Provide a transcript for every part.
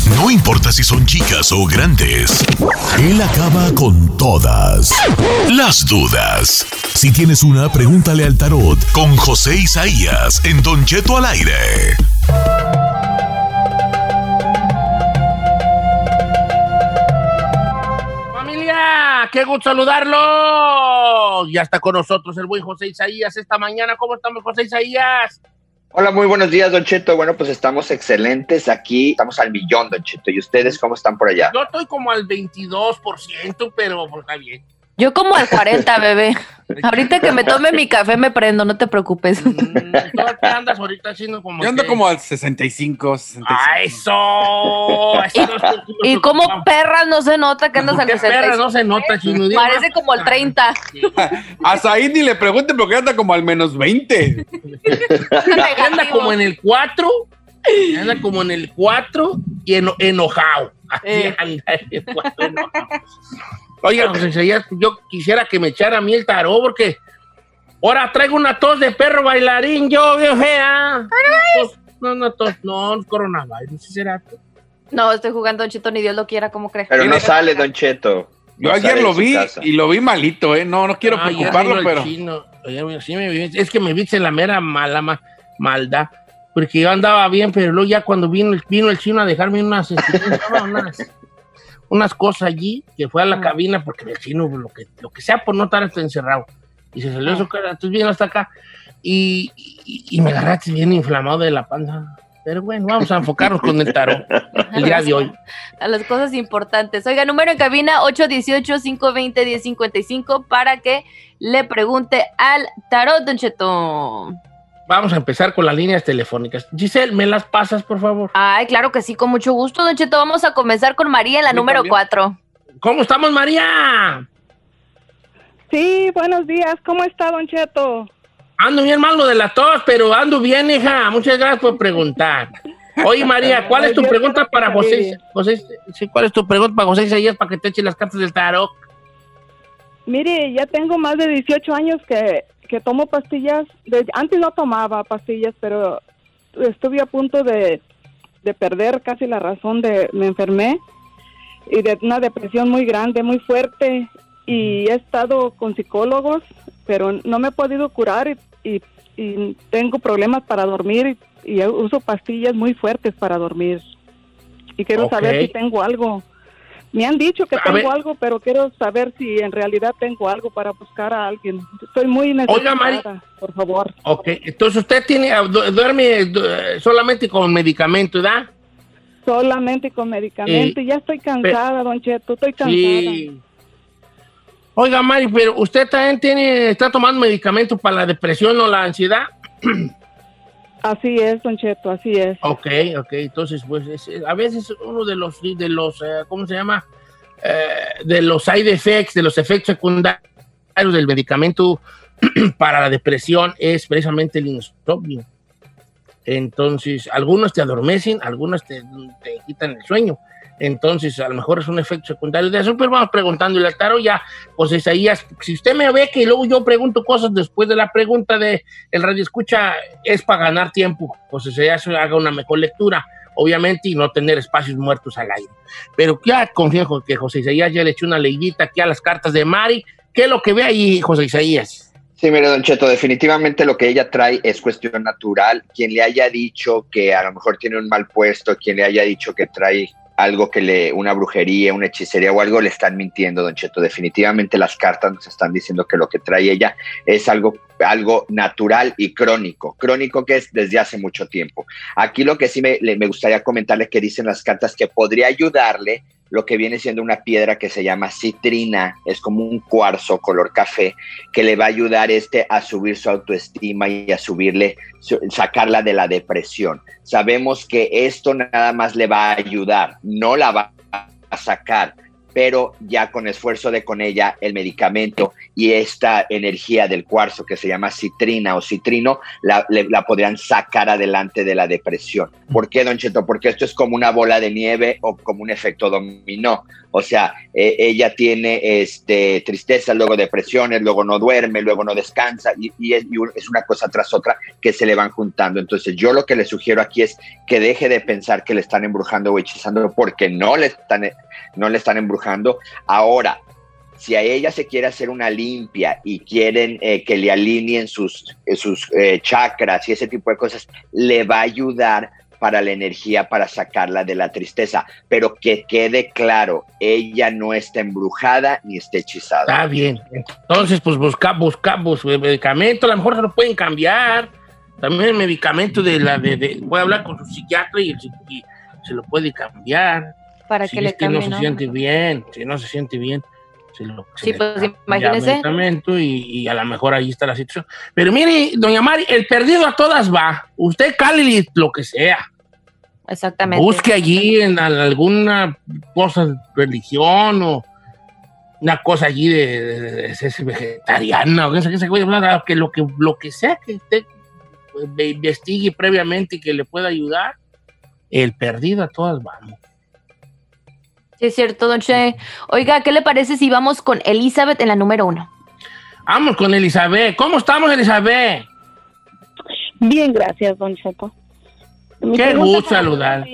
No importa si son chicas o grandes, él acaba con todas las dudas. Si tienes una, pregúntale al tarot con José Isaías en Don Cheto al aire. ¡Familia! ¡Qué gusto saludarlo! Ya está con nosotros el buen José Isaías esta mañana. ¿Cómo estamos, José Isaías? Hola, muy buenos días, Don Cheto. Bueno, pues estamos excelentes aquí. Estamos al millón, Don Cheto. ¿Y ustedes cómo están por allá? Yo estoy como al 22%, pero pues, está bien. Yo como al 40, bebé. Ahorita que me tome mi café me prendo, no te preocupes. ¿Tú qué andas ahorita haciendo como? Yo ando como al 65, 65. ¡Ah, eso! Y como perra no se nota que andas al 65. Perra no se nota, chino. Parece como el 30. A Said ni le pregunte porque anda como al menos 20. Anda como en el 4. Anda como en el 4 y enojado. Así anda el 4 enojado. Oiga, José Isaías, yo quisiera que me echara a mí el tarot porque ahora traigo una tos de perro bailarín, yo, bien fea. No, coronavirus, ¿sí será? No, estoy jugando Don Cheto, ni Dios lo quiera, ¿cómo crees? Pero no sale, Don Cheto. Yo ayer lo vi y lo vi malito, ¿eh? No quiero preocuparlo, pero... Es que me viste en la mera maldad, porque yo andaba bien, pero luego ya cuando vino el chino a dejarme unas cosas allí, que fue a la cabina, porque el chino, lo que sea por no estar encerrado, y se salió su cara, entonces bien hasta acá, y me agarraste bien inflamado de la panza. Pero bueno, vamos a enfocarnos con el tarot el día de hoy. A las cosas importantes. Oiga, número en cabina 818-520-1055 para que le pregunte al tarot, Don Cheto. Vamos a empezar con las líneas telefónicas. Giselle, ¿me las pasas, por favor? Ay, claro que sí, con mucho gusto, Don Cheto. Vamos a comenzar con María en la número 4. ¿Cómo estamos, María? Sí, buenos días. ¿Cómo está, Don Cheto? Ando bien malo de la tos, pero ando bien, hija. Muchas gracias por preguntar. Oye, María, ¿cuál es tu pregunta para José? ¿Cuál es tu pregunta para José Isaías para que te eche las cartas del tarot? Mire, ya tengo más de 18 años que tomo pastillas. Antes no tomaba pastillas, pero estuve a punto de perder casi la razón. Me enfermé y de una depresión muy grande, muy fuerte. Y he estado con psicólogos, pero no me he podido curar y tengo problemas para dormir y uso pastillas muy fuertes para dormir. Y quiero saber si tengo algo. Me han dicho que tengo algo, pero quiero saber si en realidad tengo algo para buscar a alguien. Estoy muy necesitada, Mari, por favor. Ok, entonces usted duerme solamente con medicamento, ¿verdad? Solamente con medicamento. Ya estoy cansada, Don Cheto, estoy cansada. Sí. Oiga, Mari, pero usted también está tomando medicamento para la depresión o la ansiedad. Así es, Don Cheto, así es. Ok, entonces, pues, a veces uno de los ¿cómo se llama? De los side effects, de los efectos secundarios del medicamento para la depresión es precisamente el insomnio. Entonces, algunos te adormecen, algunos te quitan el sueño. Entonces, a lo mejor es un efecto secundario de eso, pero vamos preguntándole al tarot ya, José Isaías. Si usted me ve que luego yo pregunto cosas después de la pregunta de el radio escucha, es para ganar tiempo. José Isaías haga una mejor lectura, obviamente, y no tener espacios muertos al aire. Pero ya confío que José Isaías ya le echó una leidita aquí a las cartas de Mari. ¿Qué es lo que ve ahí, José Isaías? Sí, mire, Don Cheto, definitivamente lo que ella trae es cuestión natural. Quien le haya dicho que a lo mejor tiene un mal puesto, quien le haya dicho que trae algo una brujería, una hechicería o algo, le están mintiendo, Don Cheto. Definitivamente las cartas nos están diciendo que lo que trae ella es algo natural y crónico que es desde hace mucho tiempo. Aquí lo que sí me gustaría comentarle que dicen las cartas que podría ayudarle lo que viene siendo una piedra que se llama citrina, es como un cuarzo color café, que le va a ayudar a subir su autoestima y a sacarla de la depresión. Sabemos que esto nada más le va a ayudar, no la va a sacar, pero ya con esfuerzo con ella, el medicamento y esta energía del cuarzo que se llama citrina o citrino, la podrían sacar adelante de la depresión. ¿Por qué, Don Cheto? Porque esto es como una bola de nieve o como un efecto dominó. O sea, ella tiene tristeza, luego depresiones, luego no duerme, luego no descansa y es una cosa tras otra que se le van juntando. Entonces yo lo que le sugiero aquí es que deje de pensar que le están embrujando o hechizando, porque no le están embrujando. Ahora, si a ella se quiere hacer una limpia y quieren que le alineen sus chakras y ese tipo de cosas, le va a ayudar para la energía, para sacarla de la tristeza. Pero que quede claro, ella no está embrujada ni está hechizada. Está bien. Entonces, pues buscamos medicamento, a lo mejor se lo pueden cambiar. También el medicamento puede hablar con su psiquiatra y se lo puede cambiar. Para si que le cambie, no se siente bien, si no se siente bien. Sí, pues imagínese. Y a lo mejor ahí está la situación. Pero mire, doña Mari, el perdido a todas va. Usted cálele lo que sea. Exactamente. Busque allí en alguna cosa, religión o una cosa allí de ser vegetariana o lo que sea que usted investigue previamente y que le pueda ayudar. El perdido a todas vamos. Sí, es cierto, don Che. Oiga, ¿qué le parece si vamos con Elizabeth en la número 1? Vamos con Elizabeth. ¿Cómo estamos, Elizabeth? Bien, gracias, don Cheto. Qué gusto saludar.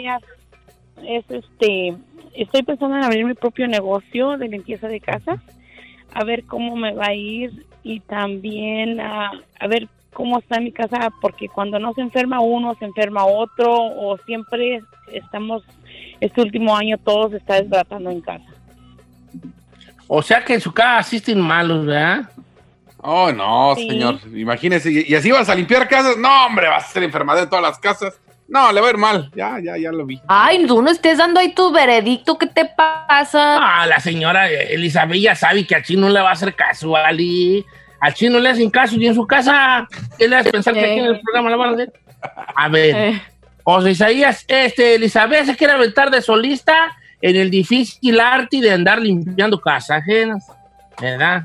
Estoy pensando en abrir mi propio negocio de limpieza de casa, a ver cómo me va a ir y también a ver cómo está mi casa, porque cuando no se enferma uno, se enferma otro, o siempre este último año todo se está desbaratando en casa. O sea que en su casa asisten malos, ¿verdad? Oh, no, Sí. señor. Imagínese. ¿Y así vas a limpiar casas? No, hombre, vas a ser enfermedad de todas las casas. No, le va a ir mal. Ya lo vi. Ay, tú no estés dando ahí tu veredicto, ¿qué te pasa? Ah, la señora Elizabeth ya sabe que al chino no le va a hacer caso, Ali. Al chino le hacen caso y en su casa, ¿qué le hace pensar que aquí en el programa la van a hacer? A ver, José Isaías, Elizabeth se quiere aventar de solista en el difícil arte de andar limpiando casas ajenas, ¿verdad?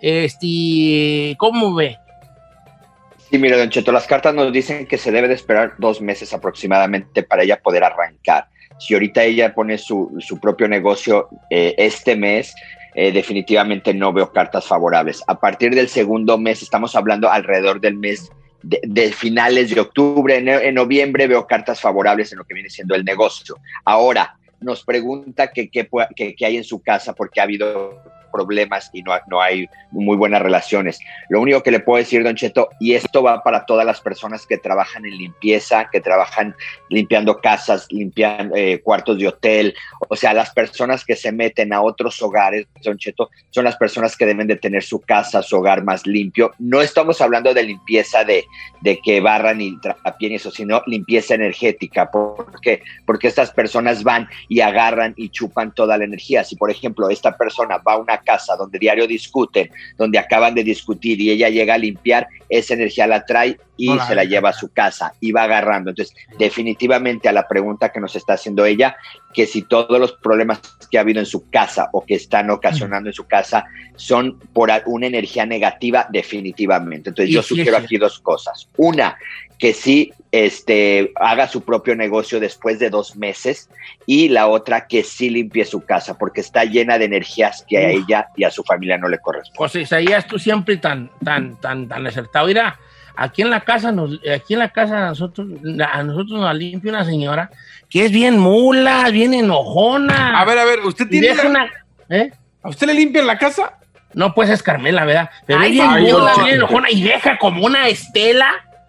¿Cómo ve? Sí, mire, don Cheto, las cartas nos dicen que se debe de esperar 2 meses aproximadamente para ella poder arrancar. Si ahorita ella pone su propio negocio este mes, definitivamente no veo cartas favorables. A partir del segundo mes, estamos hablando alrededor del mes de finales de octubre, en noviembre veo cartas favorables en lo que viene siendo el negocio. Ahora, nos pregunta qué hay en su casa porque ha habido problemas y no hay muy buenas relaciones. Lo único que le puedo decir, don Cheto, y esto va para todas las personas que trabajan en limpieza, que trabajan limpiando casas, limpian cuartos de hotel, o sea, las personas que se meten a otros hogares, don Cheto, son las personas que deben de tener su casa, su hogar más limpio. No estamos hablando de limpieza de que barran y trapien y eso, sino limpieza energética. ¿Por qué? Porque estas personas van y agarran y chupan toda la energía. Si, por ejemplo, esta persona va a una casa donde diario discuten, donde acaban de discutir y ella llega a limpiar, esa energía la trae y se la lleva a su casa y va agarrando. Entonces, definitivamente a la pregunta que nos está haciendo ella, que si todos los problemas que ha habido en su casa o que están ocasionando en su casa son por una energía negativa, definitivamente. Entonces, yo sugiero aquí 2 cosas. Una, que sí haga su propio negocio después de 2 meses, y la otra, que sí limpie su casa, porque está llena de energías que a ella y a su familia no le corresponden. José Isaías, tú siempre tan acertado. Mira, aquí en la casa a nosotros nos limpia una señora que es bien mula, bien enojona. A ver, ¿usted tiene ¿A usted le limpian la casa? No, pues es Carmela, ¿verdad? Pero Ay, es bien sí, mula, no. bien enojona y deja como una estela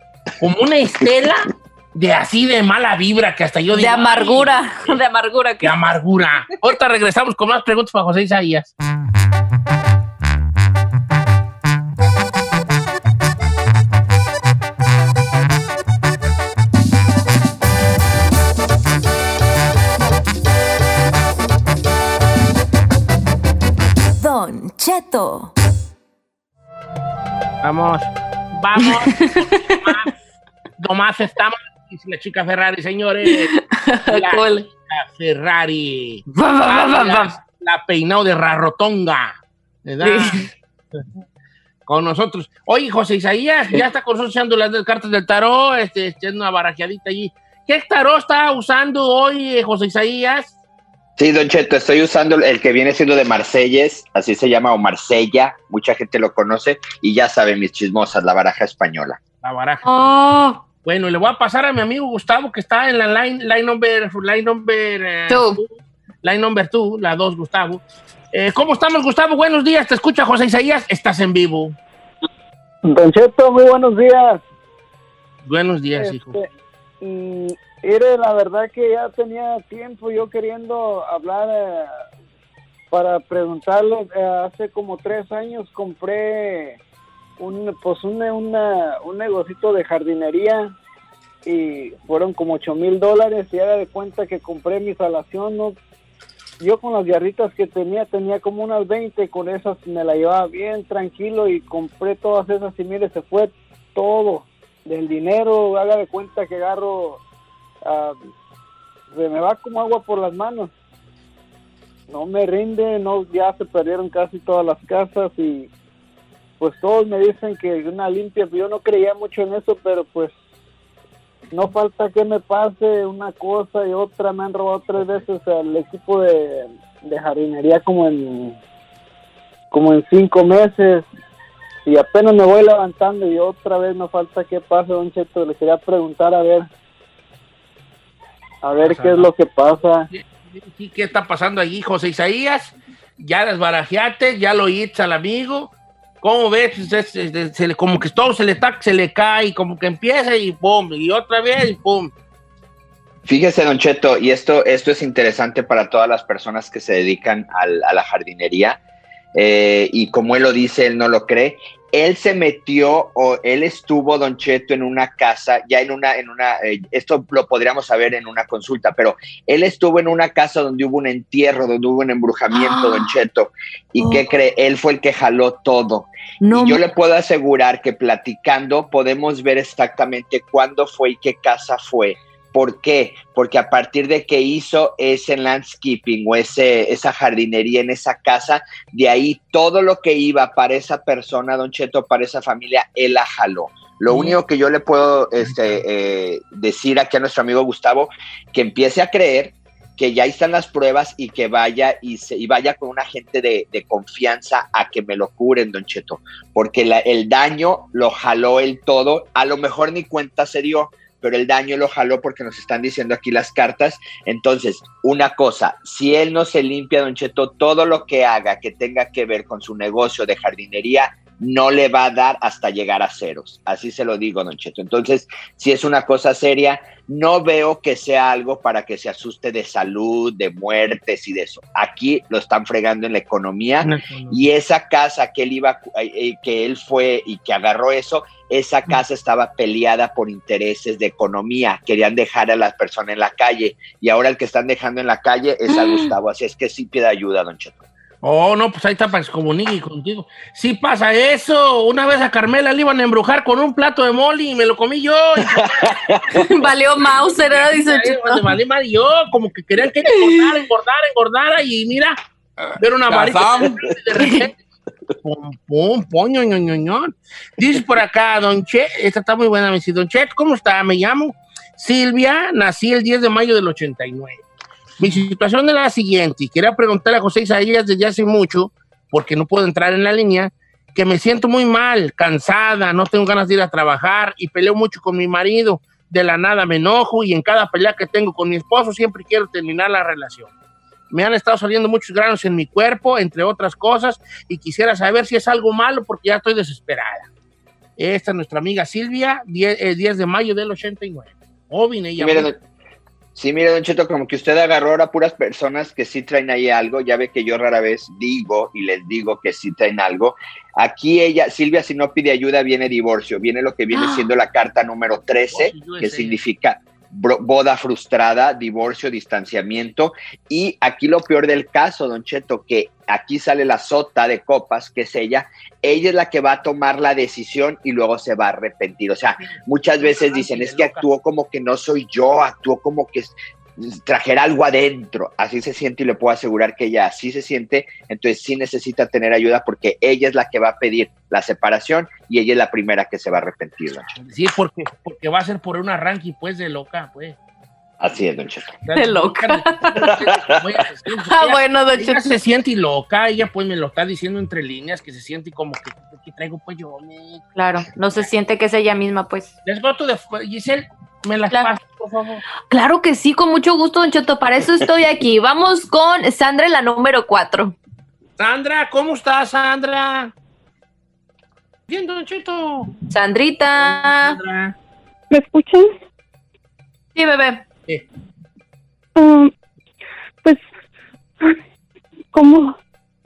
de así de mala vibra que hasta yo digo. De amargura, de amargura. De amargura. Ahorita regresamos con más preguntas para José Isaías. Don Cheto. Vamos. Nomás estamos, dice la chica Ferrari, señores. La chica Ferrari. La peinado de Rarotonga, ¿verdad? Sí. Con nosotros. Oye, José Isaías, ya está con nosotros echando las cartas del tarot, es una barajeadita allí. ¿Qué tarot está usando hoy, José Isaías? Sí, Don Cheto, estoy usando el que viene siendo de Marselles, así se llama, o Marsella, mucha gente lo conoce, y ya saben mis chismosas, la baraja española. La baraja. Oh, Bueno, le voy a pasar a mi amigo Gustavo, que está en la line number two, la 2, Gustavo. ¿Cómo estamos, Gustavo? Buenos días, te escucha José Isaías, estás en vivo. Don Cheto, muy buenos días. Buenos días, hijo. Mire, la verdad que ya tenía tiempo yo queriendo hablar para preguntarle. Hace como 3 años compré un negocito de jardinería y fueron como $8,000 y haga de cuenta que compré mi salación, ¿no? Yo con las guiarritas que tenía como unas 20, con esas me la llevaba bien tranquilo y compré todas esas y mire, se fue todo del dinero, haga de cuenta que agarro, se me va como agua por las manos, no me rinde, no, ya se perdieron casi todas las casas y pues todos me dicen que una limpia, yo no creía mucho en eso, pero pues no falta que me pase una cosa y otra. Me han robado 3 veces al equipo de jardinería como en 5 meses y apenas me voy levantando y otra vez no falta que pase, Don Cheto. Le quería preguntar a ver qué es lo que pasa. ¿Qué está pasando allí, José Isaías? Ya desbarajeaste, ya lo oíste al amigo. ¿Cómo ves? Como que todo se le cae, como que empieza y pum, y otra vez y pum. Fíjese, Don Cheto, y esto es interesante para todas las personas que se dedican a la jardinería, y como él lo dice, él no lo cree. Él se metió, o él estuvo, Don Cheto, en una casa, ya esto lo podríamos saber en una consulta, pero él estuvo en una casa donde hubo un entierro, donde hubo un embrujamiento, Don Cheto, y ¿qué cree? Él fue el que jaló todo. no. Y yo le puedo asegurar que platicando podemos ver exactamente cuándo fue y qué casa fue. ¿Por qué? Porque a partir de que hizo ese landscaping o esa jardinería en esa casa, de ahí todo lo que iba para esa persona, Don Cheto, para esa familia, él la jaló. Lo único que yo le puedo decir aquí a nuestro amigo Gustavo, que empiece a creer que ya están las pruebas y que vaya y vaya con un agente de confianza a que me lo curen, Don Cheto, porque el daño lo jaló él todo, a lo mejor ni cuenta se dio, pero el daño lo jaló porque nos están diciendo aquí las cartas. Entonces, una cosa, si él no se limpia, Don Cheto, todo lo que haga que tenga que ver con su negocio de jardinería, no le va a dar hasta llegar a ceros. Así se lo digo, Don Cheto. Entonces, si es una cosa seria, no veo que sea algo para que se asuste de salud, de muertes y de eso. Aquí lo están fregando en la economía, y esa casa que él fue y que agarró eso, esa casa estaba peleada por intereses de economía. Querían dejar a las personas en la calle, y ahora el que están dejando en la calle es a Gustavo. Así es que sí pide ayuda, Don Cheto. Oh, no, pues ahí está para que se comunique contigo. Sí pasa eso. Una vez a Carmela le iban a embrujar con un plato de mole y me lo comí yo. Valió Mauser, ¿no? Dice Cheto. Vale, yo, como que querían que engordara y mira, ver una varita de repente. Dice por acá, Don Che, esta está muy buena, me dice, Don Che, ¿cómo está? Me llamo Silvia, nací el 10 de mayo del 89. Mi situación es la siguiente, y quería preguntarle a José Isaías desde hace mucho, porque no puedo entrar en la línea, que me siento muy mal, cansada, no tengo ganas de ir a trabajar y peleo mucho con mi marido. De la nada me enojo y en cada pelea que tengo con mi esposo siempre quiero terminar la relación. Me han estado saliendo muchos granos en mi cuerpo, entre otras cosas, y quisiera saber si es algo malo porque ya estoy desesperada. Esta es nuestra amiga Silvia, 10 de mayo del 89. Vine ella. Sí, mire, Don Cheto, como que usted agarró ahora puras personas que sí traen ahí algo. Ya ve que yo rara vez digo y les digo que sí traen algo. Aquí Silvia, si no pide ayuda, viene divorcio. Viene lo que viene siendo la carta número 13, que significa boda frustrada, divorcio, distanciamiento. Y aquí lo peor del caso, Don Cheto, que aquí sale la sota de copas, que es ella es la que va a tomar la decisión y luego se va a arrepentir. O sea, muchas veces dicen, es que actuó como que no soy yo, actuó como que trajera algo adentro. Así se siente, y le puedo asegurar que ella así se siente. Entonces sí necesita tener ayuda, porque ella es la que va a pedir la separación y ella es la primera que se va a arrepentir, ¿no? Sí, porque va a ser por un arranque pues de loca, pues. Así es, Don Cheto. De loca. Bueno, Don Cheto. Ella se siente loca, ella pues me lo está diciendo entre líneas, que se siente como que traigo pues yo. Claro, no se siente que es ella misma, pues. Les goto de Giselle, me las Claro. paso, por favor. Claro que sí, con mucho gusto, Don Cheto, para eso estoy aquí. Vamos con Sandra, la número 4. Sandra, ¿cómo estás, Sandra? Bien, Don Cheto. Sandrita. Sandra. ¿Me escuchan? Sí, bebé. Pues, como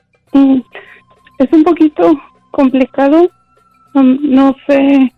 es un poquito complicado, no sé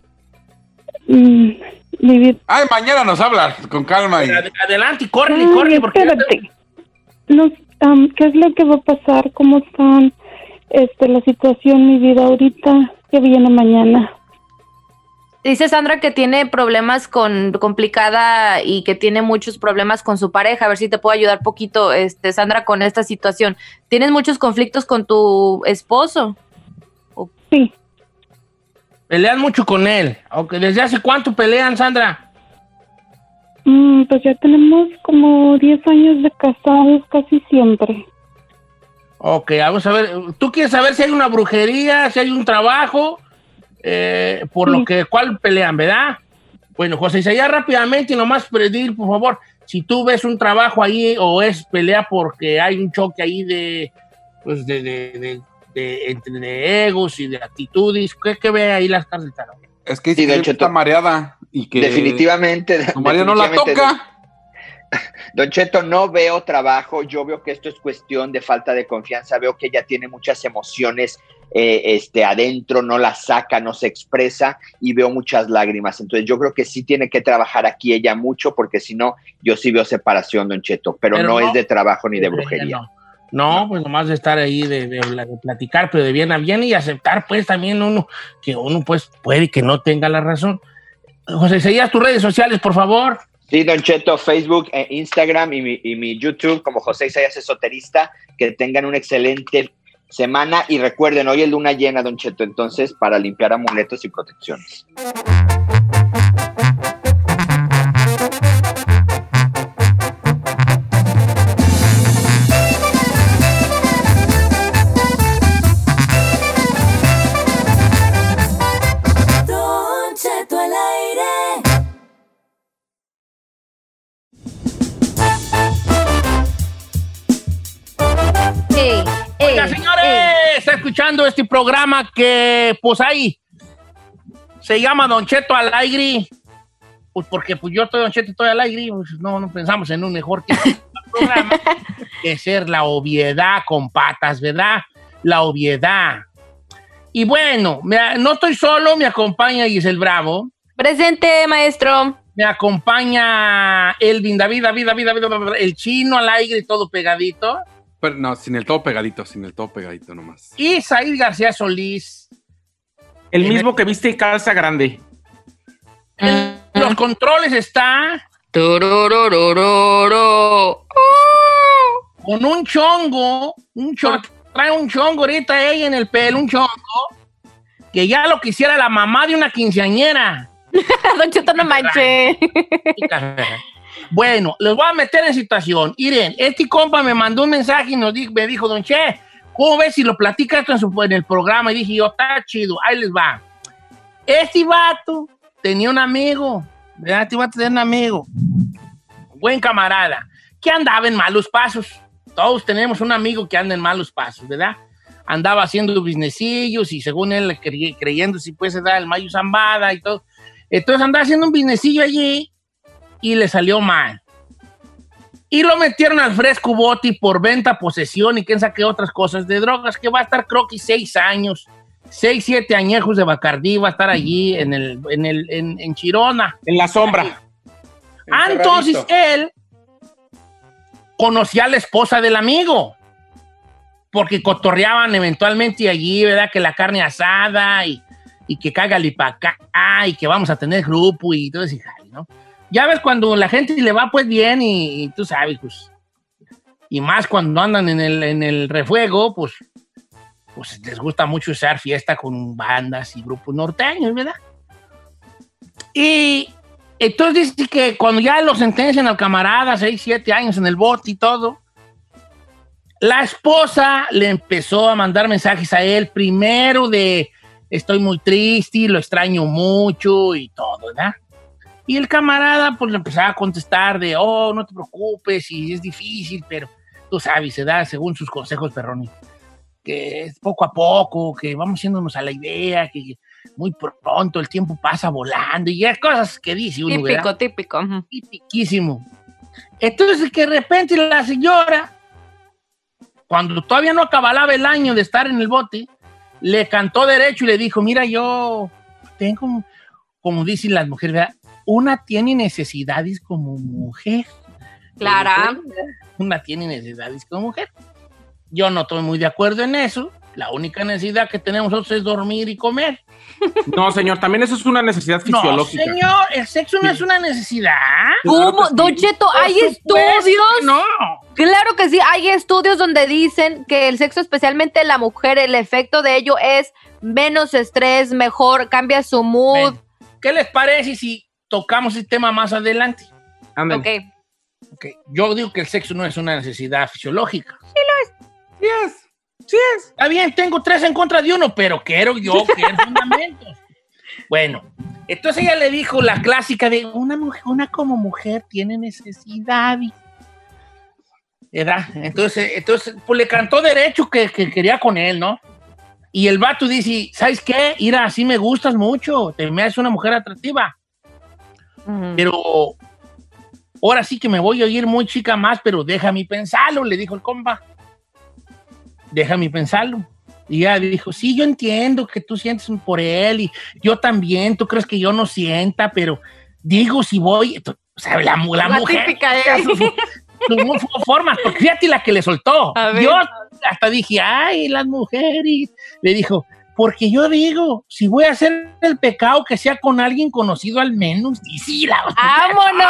vivir. Ay, mañana nos hablas con calma. Adelante, corre, porque espérate. No, ¿qué es lo que va a pasar? ¿Cómo están la situación, mi vida ahorita? ¿Qué viene mañana? Dice Sandra que tiene problemas complicada y que tiene muchos problemas con su pareja. A ver si te puedo ayudar poquito, Sandra, con esta situación. ¿Tienes muchos conflictos con tu esposo? Sí. pelean mucho con él. Okay. ¿Desde hace cuánto pelean, Sandra? Pues ya tenemos como 10 años de casados, casi siempre. Ok, vamos a ver. ¿Tú quieres saber si hay una brujería, si hay un trabajo? Por lo que cuál pelean, ¿verdad? Bueno, José Isaías, rápidamente y nomás pedir, por favor, si tú ves un trabajo ahí o es pelea porque hay un choque ahí de egos y de actitudes, ¿qué ve ahí las cartas del tarot? Es que sí, está mareada y que definitivamente María no la toca. Don Cheto, no veo trabajo, yo veo que esto es cuestión de falta de confianza, veo que ella tiene muchas emociones adentro, no las saca, no se expresa y veo muchas lágrimas, entonces yo creo que sí tiene que trabajar aquí ella mucho, porque si no, yo sí veo separación, Don Cheto, pero no es de trabajo ni de brujería. No, pues nomás de estar ahí, de platicar, pero de bien a bien y aceptar pues también que uno pues puede que no tenga la razón. José Isaías, tus redes sociales, por favor. Sí, Don Cheto, Facebook, Instagram y mi YouTube como José Isaías Esoterista. Que tengan una excelente semana y recuerden, hoy es luna llena, Don Cheto, entonces para limpiar amuletos y protecciones. Don Cheto al aire. Oiga, señores, está escuchando este programa que, pues ahí, se llama Don Cheto al aire. Pues porque pues yo estoy Don Cheto, estoy al aire, pues no pensamos en un mejor programa que ser la obviedad con patas, ¿verdad? La obviedad. Y bueno, no estoy solo, me acompaña Giselle Bravo. Presente, maestro. Me acompaña Elvin David, el chino al aire y todo pegadito. Pero no, sin el todo pegadito nomás. Y Said García Solís. El mismo que viste y calza grande. En los controles está... Con un chongo, trae un chongo ahorita ella en el pelo, un chongo, que ya lo quisiera la mamá de una quinceañera. Don Cheto, no manche. Bueno, les voy a meter en situación. Miren, este compa me mandó un mensaje y me dijo, Don Che, ¿cómo ves si lo platicas en el programa? Y dije yo, está chido, ahí les va. Este vato tenía un amigo, ¿verdad? Este vato tenía un amigo, buen camarada, que andaba en malos pasos. Todos tenemos un amigo que anda en malos pasos, ¿verdad? Andaba haciendo businessillos y según él creyendo si puede dar el mayo zambada y todo. Entonces andaba haciendo un businessillo allí y le salió mal. Y lo metieron al fresco boti por venta, posesión y quién sabe qué otras cosas de drogas, que va a estar creo que 6 años, 6, 7 añejos de Bacardí, va a estar allí en Chirona. En la sombra. Entonces él conocía a la esposa del amigo, porque cotorreaban eventualmente allí, ¿verdad? Que la carne asada y que cágale para acá y que vamos a tener grupo y todo ese jale, ¿no? Ya ves cuando la gente le va pues bien y tú sabes, pues, y más cuando andan en el refuego, pues les gusta mucho hacer fiesta con bandas y grupos norteños, ¿verdad? Y Entonces dice que cuando ya lo sentencian al camarada, 6, 7 años en el bote y todo, la esposa le empezó a mandar mensajes a él, primero de estoy muy triste, lo extraño mucho y todo, ¿verdad? Y el camarada pues le empezaba a contestar de, oh, no te preocupes, y es difícil, pero tú sabes, se da según sus consejos, Perroni, que es poco a poco, que vamos yéndonos a la idea, que muy pronto el tiempo pasa volando, y ya cosas que dice uno, ¿verdad? Típico. Tipiquísimo. Entonces que de repente la señora, cuando todavía no acababa el año de estar en el bote, le cantó derecho y le dijo, mira, yo tengo, como dicen las mujeres, ¿verdad? Una tiene necesidades como mujer. Clara. Una tiene necesidades como mujer. Yo no estoy muy de acuerdo en eso. La única necesidad que tenemos nosotros es dormir y comer. No, señor, también eso es una necesidad fisiológica. No, señor, el sexo no es una necesidad. ¿Cómo? Don Cheto, hay estudios. No. Claro que sí, hay estudios donde dicen que el sexo, especialmente la mujer, el efecto de ello es menos estrés, mejor, cambia su mood. ¿Qué les parece si tocamos el tema más adelante? Ándale. Ok. Yo digo que el sexo no es una necesidad fisiológica. Sí lo es. Sí es. Está bien, tengo 3 en contra de 1, pero quiero fundamentos. Bueno, entonces ella le dijo la clásica de una como mujer tiene necesidades. ¿Verdad? Entonces pues le cantó derecho que quería con él, ¿no? Y el vato dice, ¿sabes qué? Ira, así me gustas mucho, te me haces una mujer atractiva. Pero ahora sí que me voy a oír muy chica más, pero déjame pensarlo, le dijo el compa. Déjame pensarlo. Y ella dijo, sí, yo entiendo que tú sientes por él y yo también, tú crees que yo no sienta, pero digo, si voy, o sea, la mujer, típica, sus formas, porque fíjate la que le soltó. Yo hasta dije, ay, las mujeres. Le dijo, porque yo digo, si voy a hacer el pecado, que sea con alguien conocido al menos. Y sí, ¡vámonos!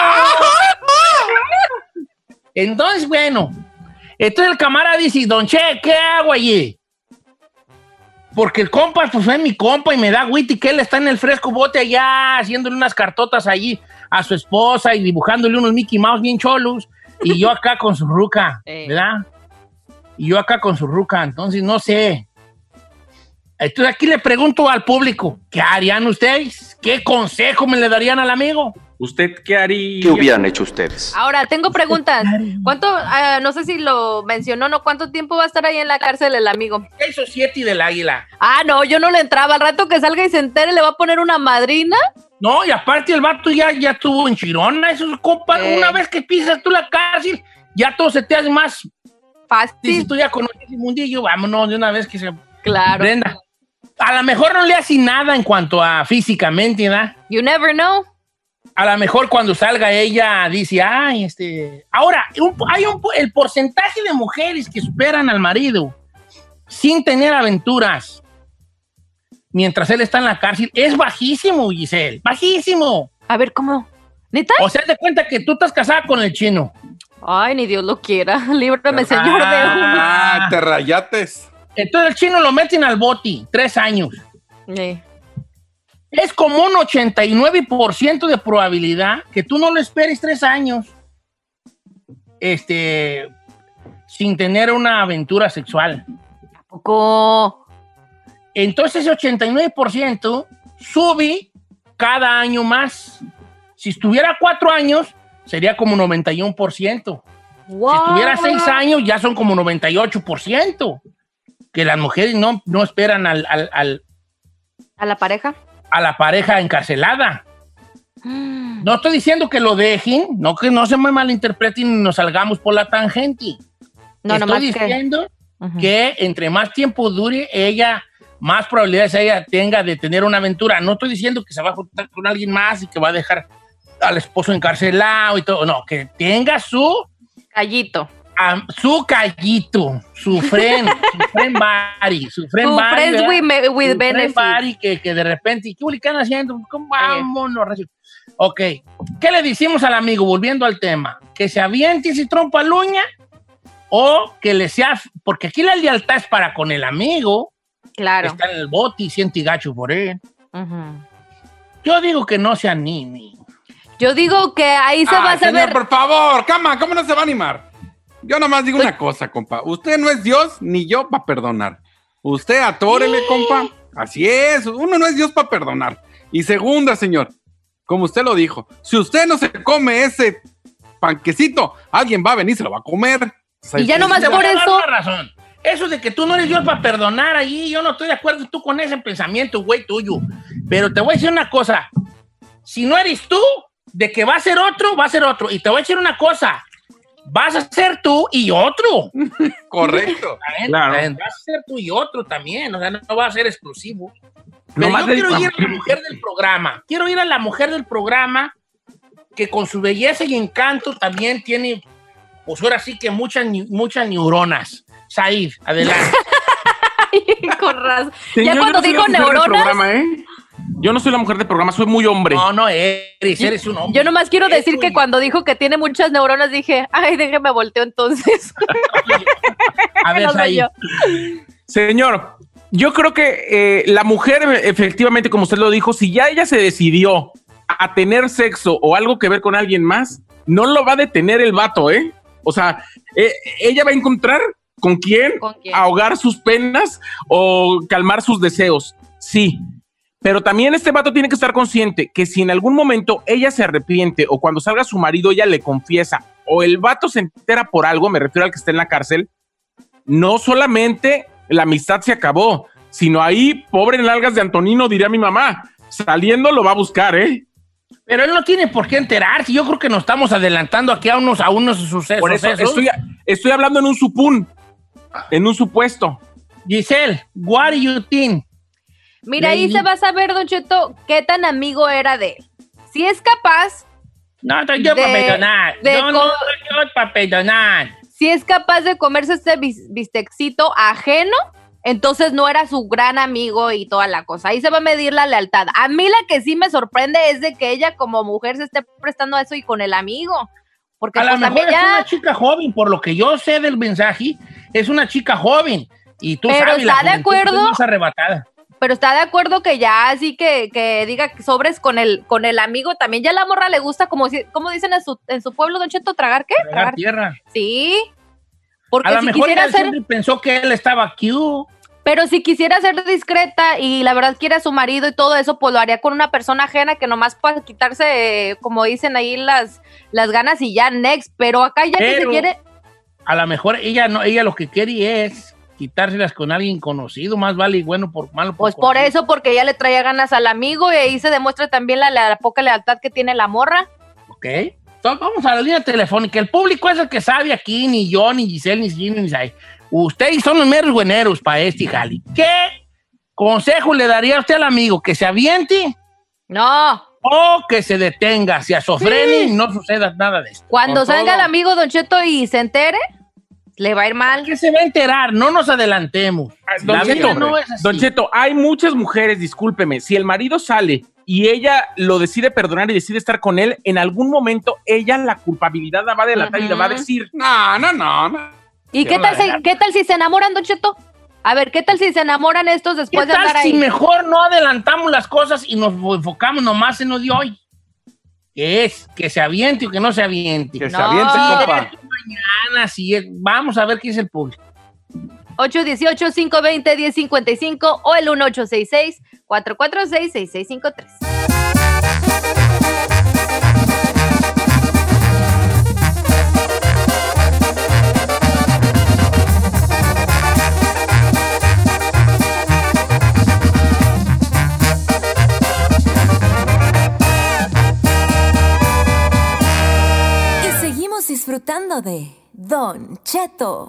Entonces, bueno, entonces el camarada dice, don Che, ¿qué hago allí? Porque el compa, pues es mi compa y me da agüita y que él está en el fresco bote allá haciéndole unas cartotas allí a su esposa y dibujándole unos Mickey Mouse bien cholos y yo acá con su ruca, ¿verdad? Y yo acá con su ruca, entonces no sé. Entonces aquí le pregunto al público, ¿qué harían ustedes? ¿Qué consejo me le darían al amigo? ¿Usted qué haría? ¿Qué hubieran hecho ustedes? Ahora, tengo preguntas. ¿Cuánto, no sé si lo mencionó, ¿no? ¿Cuánto tiempo va a estar ahí en la cárcel el amigo? 6 o 7 y del águila. Ah, no, yo no le entraba. Al rato que salga y se entere, ¿le va a poner una madrina? No, y aparte el vato ya estuvo en Chirona, eso es compa. Una vez que pisas tú la cárcel, ya todo se te hace más fácil. Si tú ya conoces el mundillo, vámonos de una vez que se prenda. A lo mejor no le hace nada en cuanto a físicamente, ¿verdad? You never know. A lo mejor cuando salga ella dice, ay, Ahora, el porcentaje de mujeres que superan al marido sin tener aventuras mientras él está en la cárcel es bajísimo, Giselle. Bajísimo. A ver, ¿cómo? ¿Neta? O sea, te cuenta que tú estás casada con el chino. Ay, ni Dios lo quiera. Líbrame, señor de uno. Ah, te rayates. Entonces el chino lo meten al bote, 3 años. Es como un 89% de probabilidad que tú no lo esperes 3 años sin tener una aventura sexual. ¿Poco? Entonces ese 89% sube cada año más. Si estuviera 4 años, sería como 91%. Wow. Si estuviera 6 años, ya son como 98%. Que las mujeres no esperan ¿A la pareja? A la pareja encarcelada. No estoy diciendo que lo dejen, no que no se me malinterpreten y nos salgamos por la tangente. Estoy diciendo que entre más tiempo dure ella, más probabilidades ella tenga de tener una aventura. No estoy diciendo que se va a juntar con alguien más y que va a dejar al esposo encarcelado y todo. No, que tenga su callito. Su callito, su friend buddy, su friend buddy, friends with benefits. Buddy que de repente, ¿qué están haciendo? ¿Cómo vámonos? Ok, ¿qué le decimos al amigo? Volviendo al tema, que se aviente y se trompa la uña o que le sea, porque aquí la lealtad es para con el amigo. Claro. Está en el bote y siente gacho por él. Yo digo que no sea ni. Yo digo que ahí se va a saber. Señor, por favor, ¿cómo no se va a animar? Yo nomás digo una cosa, compa. Usted no es Dios ni yo para perdonar. Usted atórele, compa. Así es, uno no es Dios para perdonar. Y segunda, señor, como usted lo dijo, si usted no se come ese panquecito, alguien va a venir y se lo va a comer. Y ya nomás por eso. Razón. Eso de que tú no eres Dios para perdonar ahí, yo no estoy de acuerdo tú con ese pensamiento, güey, tuyo. Pero te voy a decir una cosa. Si no eres tú, de que va a ser otro, va a ser otro. Y te voy a decir una cosa. Vas a ser tú y otro. Correcto. Claro. Vas a ser tú y otro también. O sea, no va a ser exclusivo. Pero yo quiero ir a la mujer del programa. Quiero ir a la mujer del programa que con su belleza y encanto también tiene, pues ahora sí que muchas neuronas. Said, adelante. Con razón. Señor, ya cuando no dijo neuronas. Yo no soy la mujer del programa, soy muy hombre. No eres un hombre. Yo nomás quiero decir que cuando dijo que tiene muchas neuronas dije, ay, déjeme volteo entonces. A ver, Said. Señor, yo creo que la mujer, efectivamente, como usted lo dijo, si ya ella se decidió a tener sexo o algo que ver con alguien más, no lo va a detener el vato, ¿eh? O sea, ella va a encontrar con quién ahogar sus penas o calmar sus deseos. Sí. Pero también este vato tiene que estar consciente que si en algún momento ella se arrepiente o cuando salga su marido ella le confiesa o el vato se entera por algo, me refiero al que está en la cárcel, no solamente la amistad se acabó, sino ahí, pobre nalgas de Antonino, diría mi mamá, saliendo lo va a buscar, ¿eh? Pero él no tiene por qué enterarse. Yo creo que nos estamos adelantando aquí a unos sucesos. Por eso estoy hablando en un supuesto. Giselle, what do you think? Mira, ahí se va a saber, Don Cheto, qué tan amigo era de él. Si es capaz... No estoy yo para perdonar. No estoy yo para perdonar. Si es capaz de comerse este bistecito ajeno, entonces no era su gran amigo y toda la cosa. Ahí se va a medir la lealtad. A mí la que sí me sorprende es de que ella como mujer se esté prestando a eso y con el amigo. Porque a pues lo mejor es una chica joven, por lo que yo sé del mensaje, es una chica joven. Y tú pero sabes, está de acuerdo. Es arrebatada. Pero está de acuerdo que ya así que diga que sobres con el amigo, también ya la morra le gusta, como dicen en su pueblo, Don Cheto, ¿tragar qué? Tragar tierra. Sí. Porque a lo si mejor quisiera ella siempre pensó que él estaba cute. Pero si quisiera ser discreta y la verdad quiere a su marido y todo eso, pues lo haría con una persona ajena que nomás para quitarse, como dicen ahí, las ganas y ya, next. Pero acá ya que se quiere... A lo mejor ella lo que quiere es quitárselas con alguien conocido, más vale y bueno por malo. Pues por eso, porque ella le traía ganas al amigo y ahí se demuestra también la poca lealtad que tiene la morra. Ok. Entonces, vamos a la línea telefónica. El público es el que sabe aquí, ni yo, ni Giselle, ni Gino, ni Sai. Ustedes son los meros bueneros para este jali. ¿Qué consejo le daría a usted al amigo? ¿Que se aviente? No. O que se detenga, se asofrene y no suceda nada de esto. Cuando salga el amigo Don Cheto y se entere, le va a ir mal. ¿Qué se va a enterar? No nos adelantemos. Don Cheto, hay muchas mujeres, discúlpeme, si el marido sale y ella lo decide perdonar y decide estar con él, en algún momento ella la culpabilidad la va a delatar y le va a decir, no. ¿Y qué tal si se enamoran, Don Cheto? A ver, ¿qué tal si se enamoran estos después de andar ahí? Si mejor no adelantamos las cosas y nos enfocamos nomás en lo de hoy? ¿Qué es? ¿Que se aviente o que no se aviente? Que se aviente, compa. Mañana, vamos a ver qué es el público. 818-520-1055 o el 1866-446-6653. Disfrutando de Don Cheto.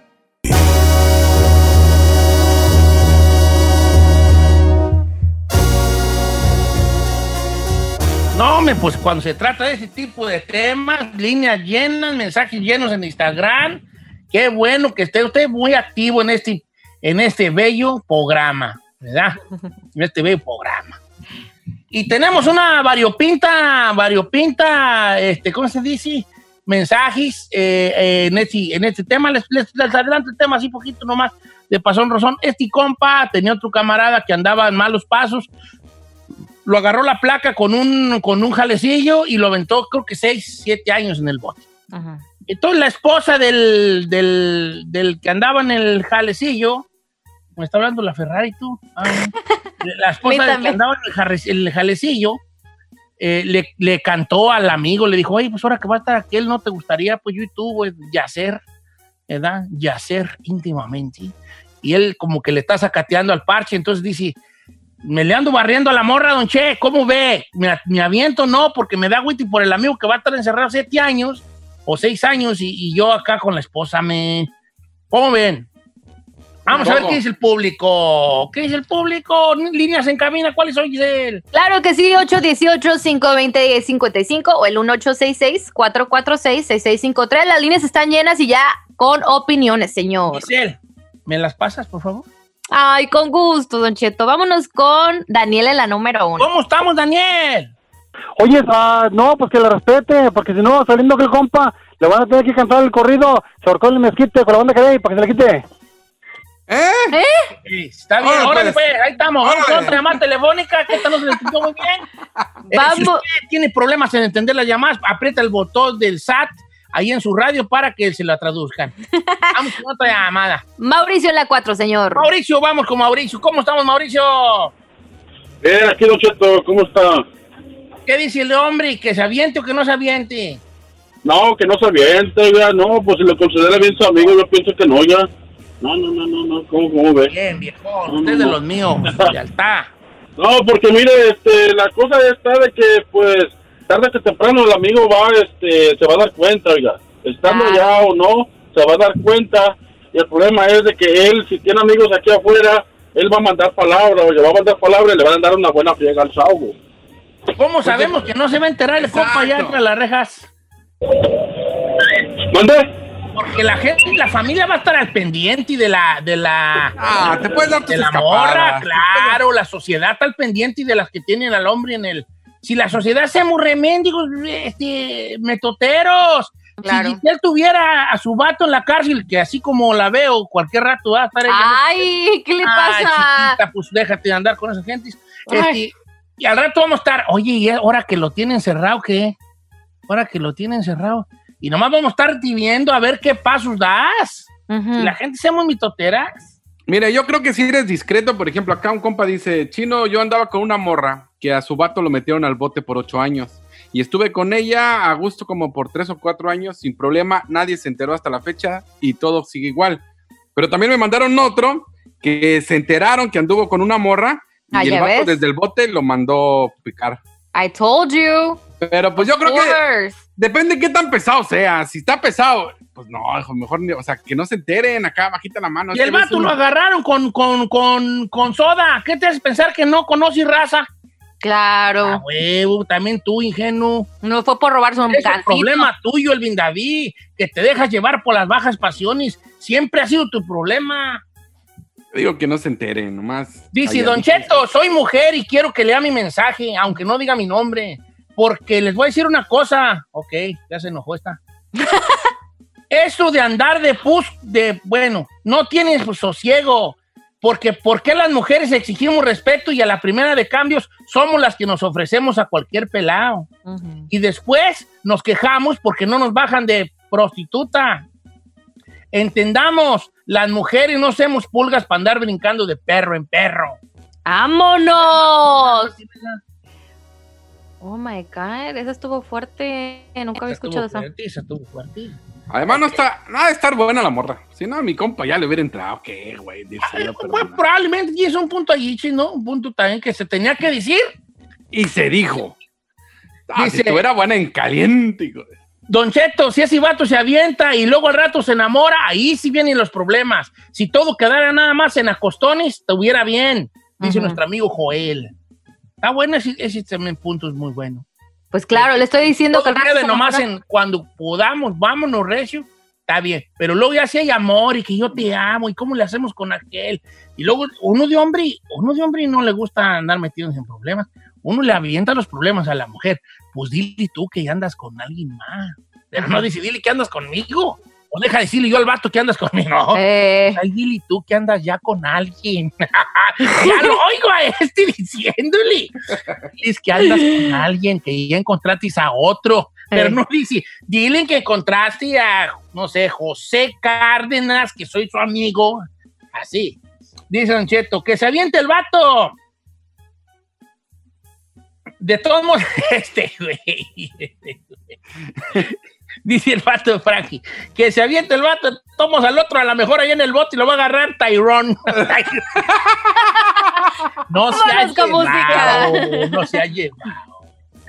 No, pues cuando se trata de ese tipo de temas, líneas llenas, mensajes llenos en Instagram, qué bueno que esté usted muy activo en este bello programa, ¿verdad? En este bello programa. Y tenemos una variopinta, ¿cómo se dice? Mensajes en este tema. Les adelanto el tema así poquito nomás de pasón razón. Este compa tenía otro camarada que andaba en malos pasos lo agarró la placa con un jalecillo y lo aventó, creo que 6, 7 años en el bote. Ajá. Entonces la esposa del que andaba en el jalecillo, me está hablando la Ferrari tú, la esposa del que andaba en el jalecillo, le cantó al amigo, le dijo, oye, pues ahora que va a estar aquel, ¿no te gustaría? Pues yo y tú, pues, yacer, ¿verdad? Yacer íntimamente. Y él como que le está sacateando al parche, entonces dice, me le ando barriendo a la morra, don Che, ¿cómo ve? Me aviento, no, porque me da güey por el amigo que va a estar encerrado 7 años o 6 años y yo acá con la esposa ¿Cómo ven? Vamos a ver qué dice el público. ¿Qué dice el público? Líneas en cabina, ¿cuáles son, Giselle? Claro que sí, 818-520-1055 o el 1866-446-6653. Las líneas están llenas y ya con opiniones, señor. Giselle, ¿me las pasas, por favor? Ay, con gusto, don Cheto. Vámonos con Daniel en la número 1. ¿Cómo estamos, Daniel? Oye, no, pues que le respete, porque si no, saliendo que el compa, le van a tener que cantar el corrido, se ahorcó el mezquite con la banda que hay, para que se le quite. Está bien, órale, pues, ahí estamos. Vamos con otra llamada telefónica, que esta no se le entendió muy bien. Si usted tiene problemas en entender las llamadas, aprieta el botón del SAT ahí en su radio para que se la traduzcan. Vamos con otra llamada. Mauricio en la 4, señor. Mauricio, vamos con Mauricio. ¿Cómo estamos, Mauricio? Bien, aquí, don Cheto, ¿cómo está? ¿Qué dice el hombre? ¿Que se aviente o que no se aviente? No, que no se aviente, ya, no, pues si lo considera bien su amigo, yo pienso que no, ya. No, ¿cómo ves? Bien, viejo, usted es de los míos, ya está. No, porque mire, la cosa está de que, pues, tarde que temprano el amigo se va a dar cuenta, oiga, estando ya o no, se va a dar cuenta, y el problema es de que él, si tiene amigos aquí afuera, él va a mandar palabras, oiga, va a mandar palabras y le van a dar una buena friega al saugo. ¿Cómo sabemos que no se va a enterar el compa allá entre las rejas? ¿Dónde? Porque la gente, la familia va a estar al pendiente y de la te puedes dar tus de la escapadas. morra, claro, la sociedad está al pendiente y de las que tienen al hombre en el. Si la sociedad hacemos remendigos, metoteros. Claro. Si él tuviera a su vato en la cárcel, que así como la veo, cualquier rato va a estar ella. Ay, ¿qué le pasa? Chiquita, pues déjate de andar con esa gente. Y al rato vamos a estar, oye, ¿y ahora que lo tienen encerrado, qué? Ahora que lo tienen encerrado. Y nomás vamos a estar viendo a ver qué pasos das. Si la gente seamos mitoteras. Mira, yo creo que si eres discreto, por ejemplo, acá un compa dice, Chino, yo andaba con una morra que a su vato lo metieron al bote por 8 años. Y estuve con ella a gusto como por 3 o 4 años, sin problema, nadie se enteró hasta la fecha y todo sigue igual. Pero también me mandaron otro que se enteraron que anduvo con una morra y el vato desde el bote lo mandó picar. I told you. Pero pues yo creo que depende de qué tan pesado sea. Si está pesado, pues no, mejor, o sea, que no se enteren acá, bajita la mano. Y el vato lo agarraron con soda. ¿Qué te haces pensar que no conoce raza? Claro. Huevo, también tú, ingenuo. No fue por robarse un cantito. Es el problema tuyo, Elvin David, que te dejas llevar por las bajas pasiones. Siempre ha sido tu problema. Digo que no se enteren, nomás. Dice, Don Cheto, soy mujer y quiero que lea mi mensaje, aunque no diga mi nombre. Porque les voy a decir una cosa. Ok, ya se enojó esta. Eso de andar bueno, no tienes sosiego. Porque ¿por qué las mujeres exigimos respeto y a la primera de cambios somos las que nos ofrecemos a cualquier pelado? Y después nos quejamos porque no nos bajan de prostituta. Entendamos, las mujeres no somos pulgas para andar brincando de perro en perro. ¡Vámonos! Oh my God, esa estuvo fuerte. Nunca había escuchado esa. Esa estuvo fuerte. Además, no está nada de estar buena la morra. Si no, mi compa ya le hubiera entrado. ¿Qué, güey? Probablemente y es un punto allí, ¿no? Un punto también que se tenía que decir. Y se dijo. Dice, si tuviera buena en caliente. Don Cheto, si ese vato se avienta y luego al rato se enamora, ahí sí vienen los problemas. Si todo quedara nada más en acostones, estuviera bien, dice nuestro amigo Joel. Está bueno, ese también punto es muy bueno. Pues claro, le estoy diciendo que el rato nomás cuando podamos, vámonos, recio, está bien. Pero luego ya si hay amor y que yo te amo y cómo le hacemos con aquel. Y luego uno de hombre no le gusta andar metidos en problemas. Uno le avienta los problemas a la mujer. Pues dile tú que andas con alguien más. Pero no dile que andas conmigo. O deja de decirle yo al vato que andas conmigo. No. Ay, dile tú que andas ya con alguien. Ya lo oigo a diciéndole. Es que andas con alguien, que ya encontraste a otro. Pero no dice, dile que encontraste a, no sé, José Cárdenas, que soy su amigo. Así. Dice Don Cheto, que se aviente el vato. De todos modos, güey. Dice el vato de Frankie, que se aviente el vato, tomamos al otro, a lo mejor ahí en el bote y lo va a agarrar Tyrone. No se ha llevado, no se ha llevado.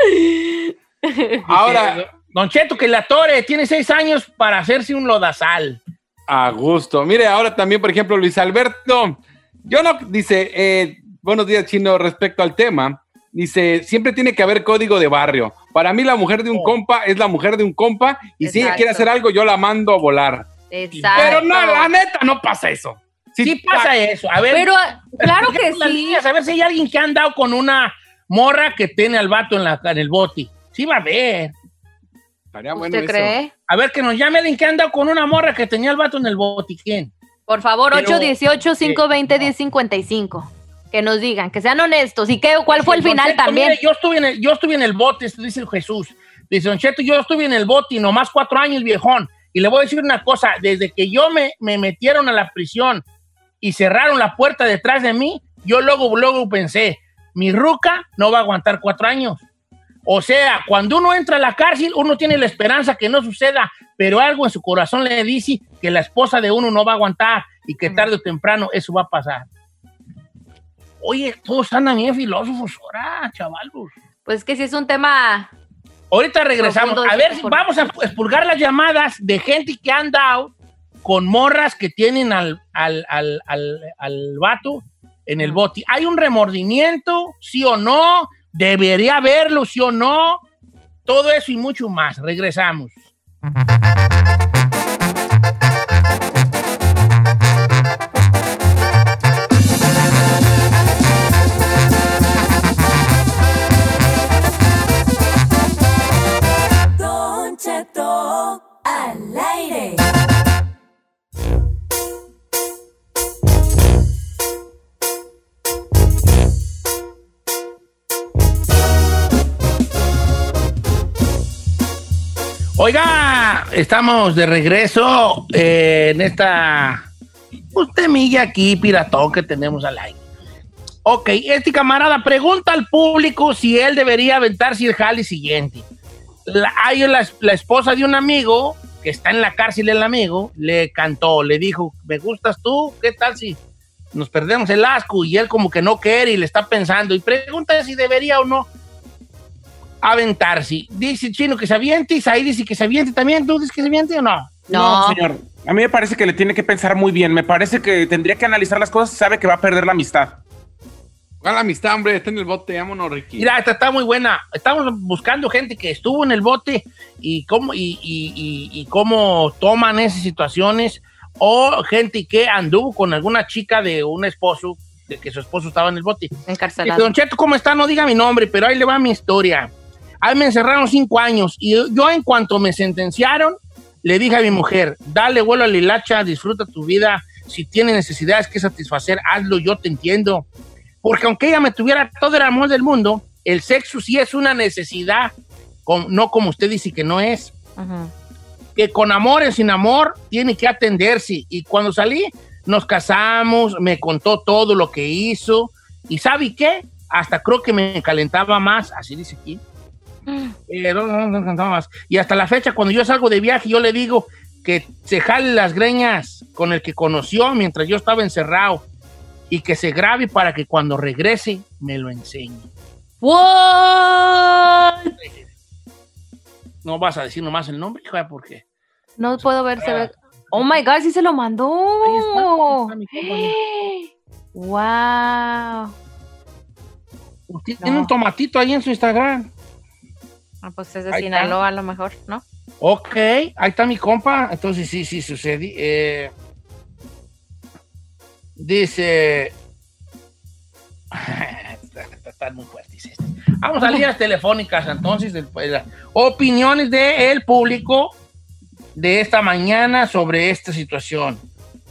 Ahora, Don Cheto, que la Tore tiene 6 años para hacerse un lodazal. A gusto. Mire, ahora también, por ejemplo, Luis Alberto, dice, buenos días, Chino, respecto al tema. Dice, siempre tiene que haber código de barrio. Para mí la mujer de un compa es la mujer de un compa y si ella quiere hacer algo, yo la mando a volar. Exacto. Pero no, la neta, no pasa eso. Sí pasa eso. A ver, pero claro que sí. Líneas, a ver si hay alguien que ha andado con una morra que tiene al vato en el bote. Sí va a haber. Estaría bueno ¿Usted cree? Eso. A ver, que nos llame alguien que ha andado con una morra que tenía el vato en el bote. ¿Quién? Por favor, 818-520-1055. Que nos digan, que sean honestos. ¿Y cuál fue el final Cheto, también? Mire, yo estuve en el bote, dice el Jesús. Dice Don Cheto, yo estuve en el bote y nomás 4 años, viejón. Y le voy a decir una cosa, desde que yo me metieron a la prisión y cerraron la puerta detrás de mí, yo luego pensé, mi ruca no va a aguantar 4 años. O sea, cuando uno entra a la cárcel, uno tiene la esperanza que no suceda, pero algo en su corazón le dice que la esposa de uno no va a aguantar y que tarde o temprano eso va a pasar. Oye, todos andan bien filósofos ahora, chavalos. Pues que si es un tema... Ahorita regresamos. A ver, vamos a expurgar las llamadas de gente que han dado con morras que tienen al vato en el bote. ¿Hay un remordimiento? ¿Sí o no? ¿Debería haberlo? ¿Sí o no? Todo eso y mucho más. Regresamos. Don Cheto al aire. Oiga, estamos de regreso en esta temilla aquí, piratón, que tenemos al aire. Ok, este camarada pregunta al público si él debería aventarse el jale siguiente. La esposa de un amigo, que está en la cárcel el amigo, le cantó, le dijo, ¿me gustas tú? ¿Qué tal si nos perdemos el asco? Y él como que no quiere y le está pensando y pregunta si debería o no aventarse. Dice Chino que se aviente, y ahí dice que se aviente también. ¿Tú dices que se aviente o no? No, señor. A mí me parece que le tiene que pensar muy bien. Me parece que tendría que analizar las cosas y sabe que va a perder la amistad. La amistad, hombre, está en el bote, vámonos, Ricky. Mira, esta está muy buena. Estamos buscando gente que estuvo en el bote y cómo toman esas situaciones, o gente que anduvo con alguna chica de un esposo, de que su esposo estaba en el bote. Encarcelado. Don Cheto, ¿cómo está? No diga mi nombre, pero ahí le va mi historia. Ahí me encerraron 5 años y yo en cuanto me sentenciaron, le dije a mi mujer, dale vuelo a la hilacha, disfruta tu vida, si tienes necesidades que satisfacer, hazlo, yo te entiendo. Porque aunque ella me tuviera todo el amor del mundo, el sexo sí es una necesidad, no como usted dice que no es. Uh-huh. Que con amor y sin amor tiene que atenderse. Y cuando salí, nos casamos, me contó todo lo que hizo. ¿Y sabe qué? Hasta creo que me calentaba más, así dice aquí. No calentaba más. Y hasta la fecha, cuando yo salgo de viaje, yo le digo que se jale las greñas con el que conoció mientras yo estaba encerrado. Y que se grabe para que cuando regrese me lo enseñe. ¿What? No vas a decir nomás el nombre, hija, ¿por qué? No puedo ver, se ve. Oh my God, sí se lo mandó. Ahí está mi compañero. Wow. Usted tiene un tomatito ahí en su Instagram. Ah, pues es de Sinaloa a lo mejor, ¿no? Ok, ahí está mi compa. Entonces sí sucede. Dice... Están muy fuertes. Vamos a líneas telefónicas entonces. Opiniones del público de esta mañana sobre esta situación.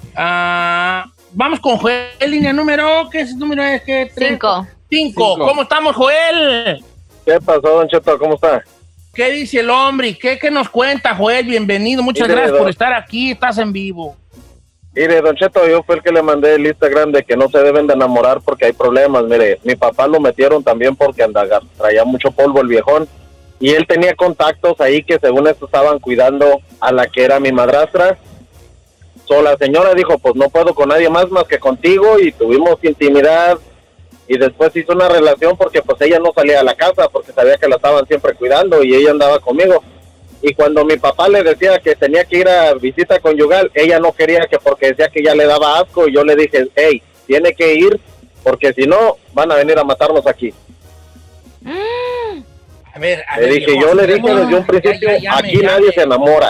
Vamos con Joel, línea número, ¿qué es el número? Es que 5. ¿Cómo estamos, Joel? ¿Qué pasó, Don Cheto? ¿Cómo está? ¿Qué dice el hombre? ¿Qué nos cuenta, Joel? Bienvenido, muchas gracias por estar aquí, estás en vivo. Mire, Don Cheto, yo fui el que le mandé el Instagram de que no se deben de enamorar porque hay problemas. Mire, mi papá lo metieron también porque traía mucho polvo el viejón, y él tenía contactos ahí que según esto estaban cuidando a la que era mi madrastra. La señora dijo, pues no puedo con nadie más que contigo, y tuvimos intimidad, y después hizo una relación porque pues ella no salía a la casa porque sabía que la estaban siempre cuidando y ella andaba conmigo. Y cuando mi papá le decía que tenía que ir a visita conyugal, ella no quería, que porque decía que ya le daba asco, y yo le dije, hey, tiene que ir porque si no van a venir a matarnos aquí. A ver, le dije desde un principio, aquí nadie se enamora.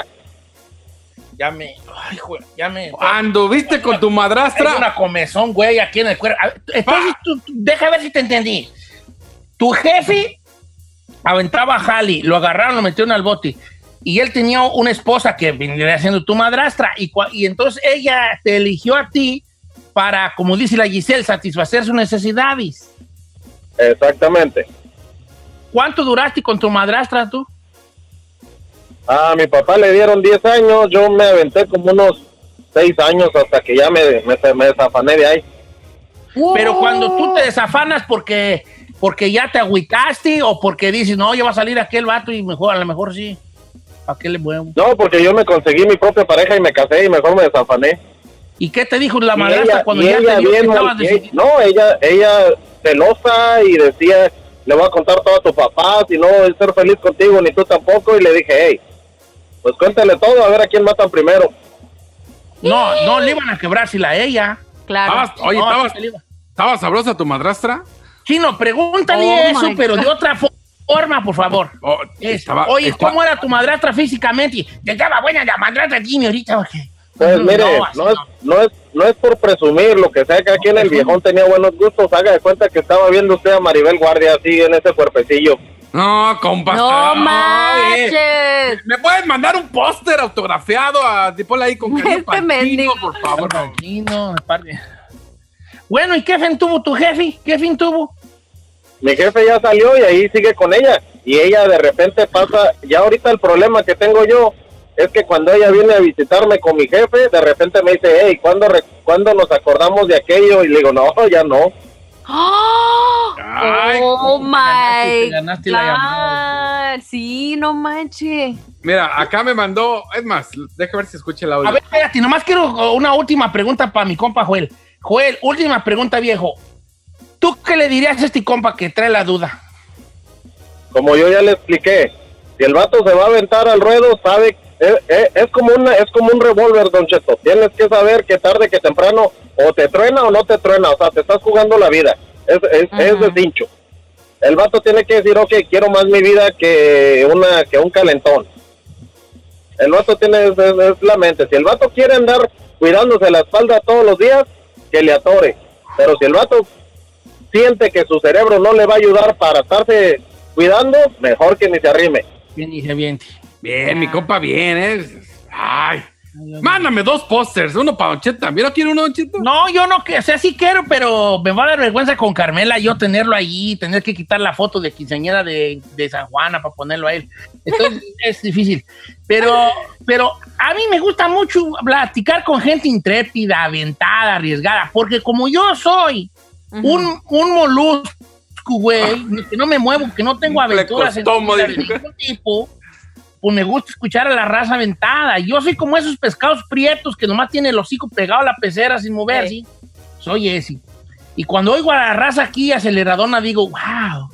¿Anduviste con tu madrastra? Hay una comezón, güey, aquí en el cuerpo. Entonces, deja ver si te entendí. Tu jefe aventaba a Jali, lo agarraron, lo metieron al bote, y él tenía una esposa que vendría siendo tu madrastra, y entonces ella te eligió a ti para, como dice la Giselle, satisfacer sus necesidades. Exactamente. ¿Cuánto duraste con tu madrastra tú? A mi papá le dieron 10 años, yo me aventé como unos 6 años hasta que ya me desafané de ahí. Pero cuando tú te desafanas porque ya te agüitaste o porque dices, no, ya va a salir aquel vato y mejor, a lo mejor sí. ¿Para qué le muevo? No, porque yo me conseguí mi propia pareja y me casé y mejor me desafané. ¿Y qué te dijo la madrastra cuando ya te dijo que estabas decidido? No, ella celosa y decía, le voy a contar todo a tu papá, si no es ser feliz contigo, ni tú tampoco. Y le dije, hey, pues cuéntale todo, a ver a quién matan primero. No le iban a quebrársela a ella. Claro. ¿Estaba sabrosa tu madrastra? Chino, pregúntale eso, pero de otra forma, por favor. Oye, ¿cómo era tu madrastra físicamente? ¿Te estaba buena la madrastra aquí, ahorita? Pues mire, no es por presumir, lo que sea que aquí en el viejón tenía buenos gustos. Haga de cuenta que estaba viendo usted a Maribel Guardia así en ese cuerpecillo. No, compa. No manches. ¿Me puedes mandar un póster autografiado a Dipola ahí con cariño Pantino, por favor? Bueno, ¿y qué fin tuvo tu jefe? ¿Qué fin tuvo? Mi jefe ya salió y ahí sigue con ella. Y ella de repente pasa, ya ahorita el problema que tengo yo es que cuando ella viene a visitarme con mi jefe, de repente me dice, hey, ¿cuándo nos acordamos de aquello? Y le digo, no, ya no. Oh my God. Sí, no manches. Mira, acá me mandó, es más, deja ver si escucha el audio. A ver, espérate, nomás quiero una última pregunta para mi compa Joel. Joel, última pregunta, viejo. ¿Tú qué le dirías a este compa que trae la duda? Como yo ya le expliqué, si el vato se va a aventar al ruedo, sabe, es como un revólver, Don Cheto. Tienes que saber que tarde que temprano o te truena o no te truena, o sea, te estás jugando la vida. Es de cincho. El vato tiene que decir, ok, quiero más mi vida que un calentón. El vato es la mente. Si el vato quiere andar cuidándose la espalda todos los días, que le atore. Pero si el vato siente que su cerebro no le va a ayudar para estarse cuidando, mejor que ni se arrime. Bien, y se aviente. Bien, mi compa, bien, Ay. Mándame 2 pósters, uno para Don Cheto. ¿También no quiere uno, Don Cheto? No, yo no, o sea, sí quiero, pero me va a dar vergüenza con Carmela yo tenerlo allí, tener que quitar la foto de quinceañera de San Juana para ponerlo a él. Entonces es difícil. Pero a mí me gusta mucho platicar con gente intrépida, aventada, arriesgada, porque como yo soy un molusco, güey, que no me muevo, que no tengo aventuras en de ningún tipo, pues me gusta escuchar a la raza aventada. Yo soy como esos pescados prietos que nomás tiene el hocico pegado a la pecera sin mover, ¿sí? Soy ese. Y cuando oigo a la raza aquí aceleradona, digo, wow,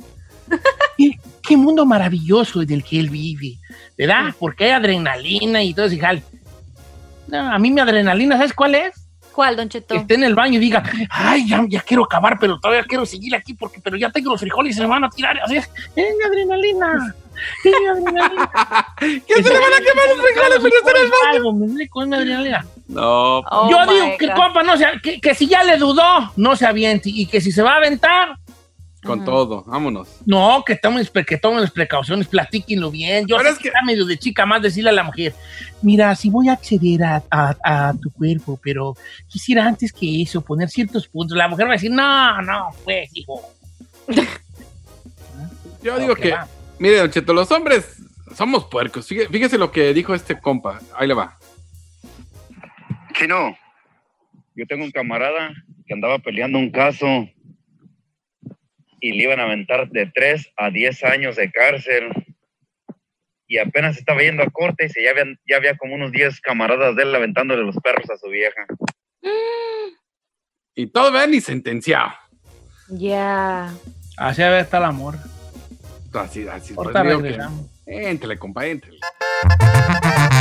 qué mundo maravilloso es del que él vive, ¿verdad? Porque hay adrenalina y todo ese jal. No, a mí mi adrenalina, ¿sabes cuál es? ¿Cuál, Don Cheto? Que esté en el baño y diga, ay, ya quiero acabar, pero todavía quiero seguir aquí pero ya tengo los frijoles y se me van a tirar. Así es, adrenalina. ¿Qué se le van a quemar los frijoles pero está en el baño? No. Yo digo que compa, no sea, que si ya le dudó, no se aviente. Y que si se va a aventar, Con todo, vámonos. No, que tomen las precauciones, platíquenlo bien. Yo sé que está medio de chica más decirle a la mujer, mira, si voy a acceder a tu cuerpo, pero quisiera antes que eso poner ciertos puntos. La mujer va a decir, no, pues, hijo. Yo digo que, mire, Don Cheto, los hombres somos puercos. Fíjese lo que dijo este compa. Ahí le va. Chino, yo tengo un camarada que andaba peleando un caso y le iban a aventar de 3 a 10 años de cárcel. Y apenas estaba yendo a corte y ya había como unos 10 camaradas de él aventándole los perros a su vieja. Y todavía ni sentenciado. Ya. Así a ver está el amor. Así. Ahorita regresamos. Éntele, compa, éntele.